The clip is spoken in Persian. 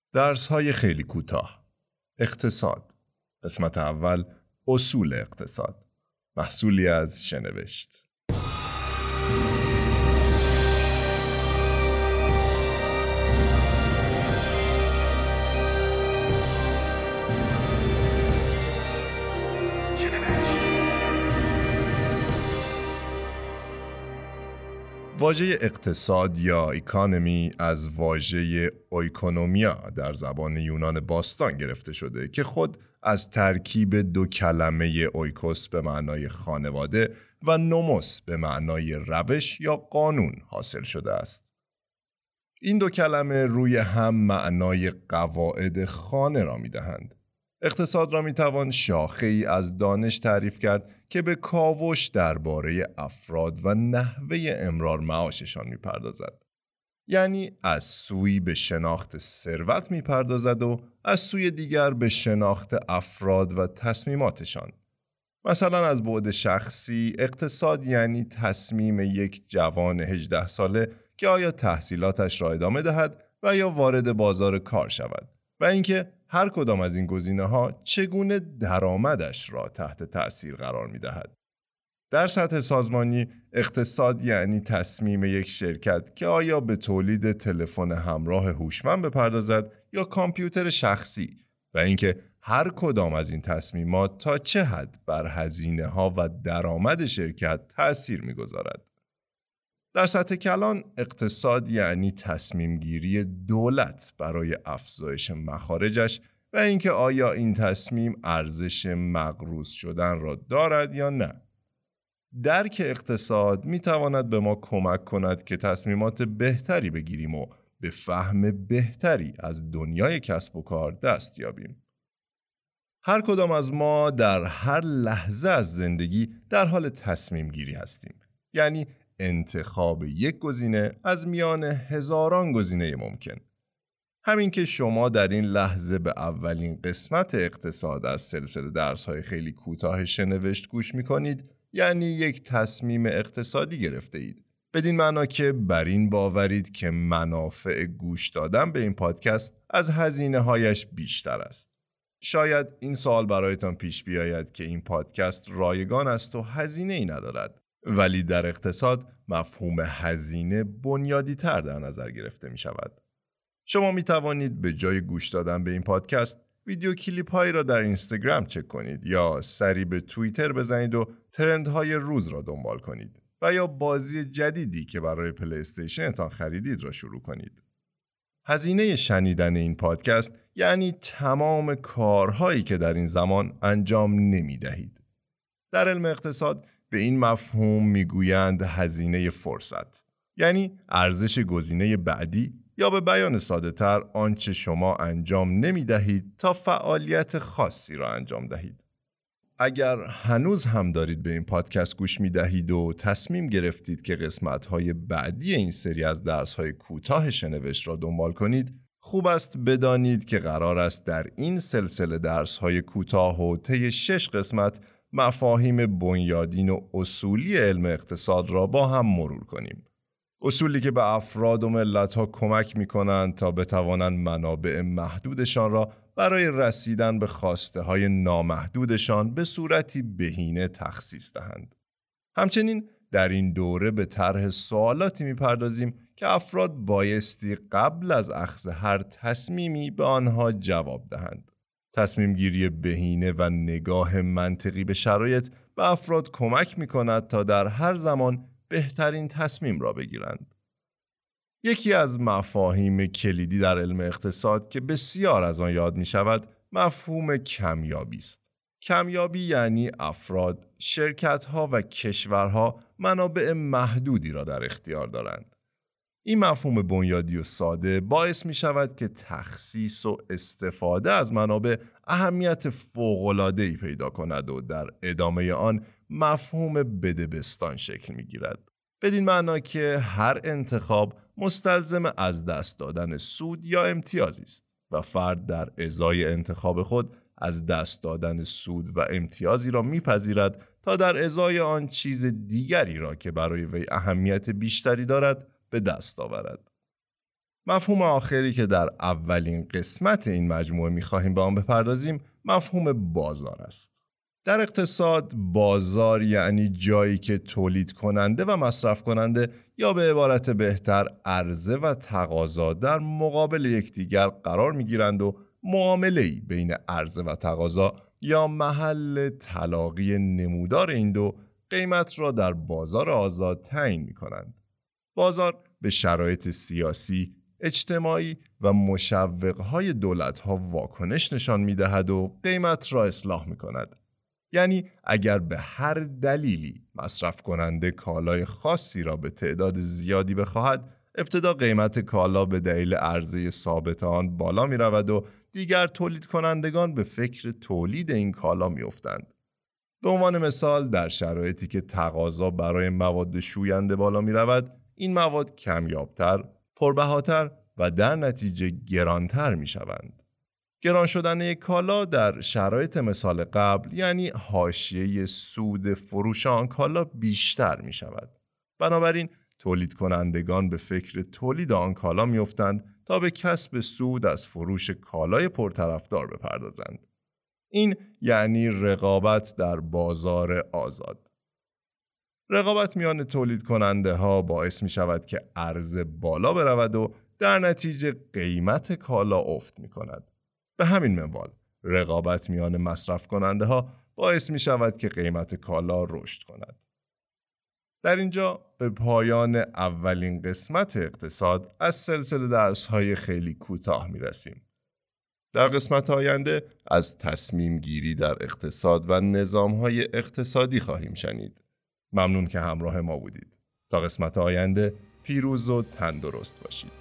درس‌های خیلی کوتاه. اقتصاد. قسمت اول، اصول اقتصاد. محصولی از شنوشت. واژه اقتصاد یا اکانومی از واژه اویکونومیا در زبان یونان باستان گرفته شده که خود از ترکیب دو کلمه اویکوس به معنای خانواده و نوموس به معنای روش یا قانون حاصل شده است. این دو کلمه روی هم معنای قواعد خانه را می دهند. اقتصاد را می توان شاخه‌ای از دانش تعریف کرد که به کاوش درباره افراد و نحوه امرار معاششان می پردازد. یعنی از سوی به شناخت ثروت می پردازد و از سوی دیگر به شناخت افراد و تصمیماتشان. مثلا از بعد شخصی، اقتصاد یعنی تصمیم یک جوان 18 ساله که آیا تحصیلاتش را ادامه دهد و یا وارد بازار کار شود و اینکه هر کدام از این گزینه‌ها چگونه درآمدش را تحت تأثیر قرار می‌دهد. در سطح سازمانی، اقتصاد یعنی تصمیم یک شرکت که آیا به تولید تلفن همراه هوشمند بپردازد یا کامپیوتر شخصی و اینکه هر کدام از این تصمیمات تا چه حد بر هزینه‌ها و درآمد شرکت تأثیر می‌گذارد. در سطح کلان، اقتصاد یعنی تصمیم گیری دولت برای افزایش مخارجش و اینکه آیا این تصمیم ارزش مقروض شدن را دارد یا نه. درک اقتصاد می تواند به ما کمک کند که تصمیمات بهتری بگیریم و به فهم بهتری از دنیای کسب و کار دست یابیم. هر کدام از ما در هر لحظه از زندگی در حال تصمیم گیری هستیم. یعنی انتخاب یک گزینه از میان هزاران گزینه ممکن. همین که شما در این لحظه به اولین قسمت اقتصاد از سلسله درس‌های خیلی کوتاه شنوشت گوش می‌کنید، یعنی یک تصمیم اقتصادی گرفته اید. بدین معنا که بر این باورید که منافع گوش دادن به این پادکست از هزینه‌هایش بیشتر است. شاید این سوال برایتان پیش بیاید که این پادکست رایگان است و هزینه‌ای ندارد. ولی در اقتصاد مفهوم هزینه بنیادی تر در نظر گرفته می شود. شما می توانید به جای گوش دادن به این پادکست ویدیو کلیپ هایی را در اینستاگرام چک کنید یا سری به توییتر بزنید و ترندهای روز را دنبال کنید و یا بازی جدیدی که برای پلی استیشنتان خریدید را شروع کنید. هزینه شنیدن این پادکست یعنی تمام کارهایی که در این زمان انجام نمی دهید. در علم اقتصاد به این مفهوم میگویند هزینه فرصت، یعنی ارزش گزینه بعدی یا به بیان ساده تر آنچه شما انجام نمی دهید تا فعالیت خاصی را انجام دهید. اگر هنوز هم دارید به این پادکست گوش می دهید و تصمیم گرفتید که قسمت‌های بعدی این سری از درس‌های کوتاه شنوشت را دنبال کنید، خوب است بدانید که قرار است در این سلسله درس‌های کوتاه و طی 6 قسمت مفاهیم بنیادین و اصولی علم اقتصاد را با هم مرور کنیم. اصولی که به افراد و ملت‌ها کمک می‌کنند تا بتوانند منابع محدودشان را برای رسیدن به خواسته‌های نامحدودشان به صورتی بهینه تخصیص دهند. همچنین در این دوره به طرح سوالاتی می‌پردازیم که افراد بایستی قبل از اخذ هر تصمیمی به آنها جواب دهند. تصمیم گیری بهینه و نگاه منطقی به شرایط به افراد کمک می‌کند تا در هر زمان بهترین تصمیم را بگیرند. یکی از مفاهیم کلیدی در علم اقتصاد که بسیار از آن یاد می‌شود، مفهوم کمیابی است. کمیابی یعنی افراد، شرکت‌ها و کشورها منابع محدودی را در اختیار دارند. این مفهوم بنیادی و ساده باعث می شود که تخصیص و استفاده از منابع اهمیت فوق‌العاده‌ای پیدا کند و در ادامه آن مفهوم بدبستان شکل می گیرد. بدین معنا که هر انتخاب مستلزم از دست دادن سود یا امتیازی است و فرد در ازای انتخاب خود از دست دادن سود و امتیازی را میپذیرد تا در ازای آن چیز دیگری را که برای وی اهمیت بیشتری دارد به دست آورد. مفهوم آخری که در اولین قسمت این مجموعه می‌خواهیم به آن بپردازیم مفهوم بازار است. در اقتصاد بازار یعنی جایی که تولید کننده و مصرف کننده یا به عبارت بهتر عرضه و تقاضا در مقابل یکدیگر قرار می‌گیرند و معامله‌ای بین عرضه و تقاضا یا محل تلاقی نمودار این دو قیمت را در بازار آزاد تعیین می‌کنند. بازار به شرایط سیاسی، اجتماعی و مشوق‌های دولت‌ها واکنش نشان می‌دهد و قیمت را اصلاح می‌کند. یعنی اگر به هر دلیلی مصرف کننده کالای خاصی را به تعداد زیادی بخواهد، ابتدا قیمت کالا به دلیل عرضه ثابت آن بالا می رود و دیگر تولید کنندگان به فکر تولید این کالا می افتند. به عنوان مثال در شرایطی که تقاضا برای مواد شوینده بالا می رود، این مواد کمیابتر، پربهاتر و در نتیجه گرانتر می شوند. گران شدن یک کالا در شرایط مثال قبل یعنی حاشیه سود فروش آن کالا بیشتر می شود. بنابراین تولید کنندگان به فکر تولید آن کالا می افتند تا به کسب سود از فروش کالای پرطرفدار بپردازند. این یعنی رقابت در بازار آزاد. رقابت میان تولید کننده ها باعث می شود که عرضه بالا برود و در نتیجه قیمت کالا افت می کند. به همین منوال رقابت میان مصرف کننده ها باعث می شود که قیمت کالا رشد کند. در اینجا به پایان اولین قسمت اقتصاد از سلسله درس‌های خیلی کوتاه می رسیم. در قسمت آینده از تصمیم گیری در اقتصاد و نظام‌های اقتصادی خواهیم شنید. ممنون که همراه ما بودید. تا قسمت آینده پیروز و تندرست باشید.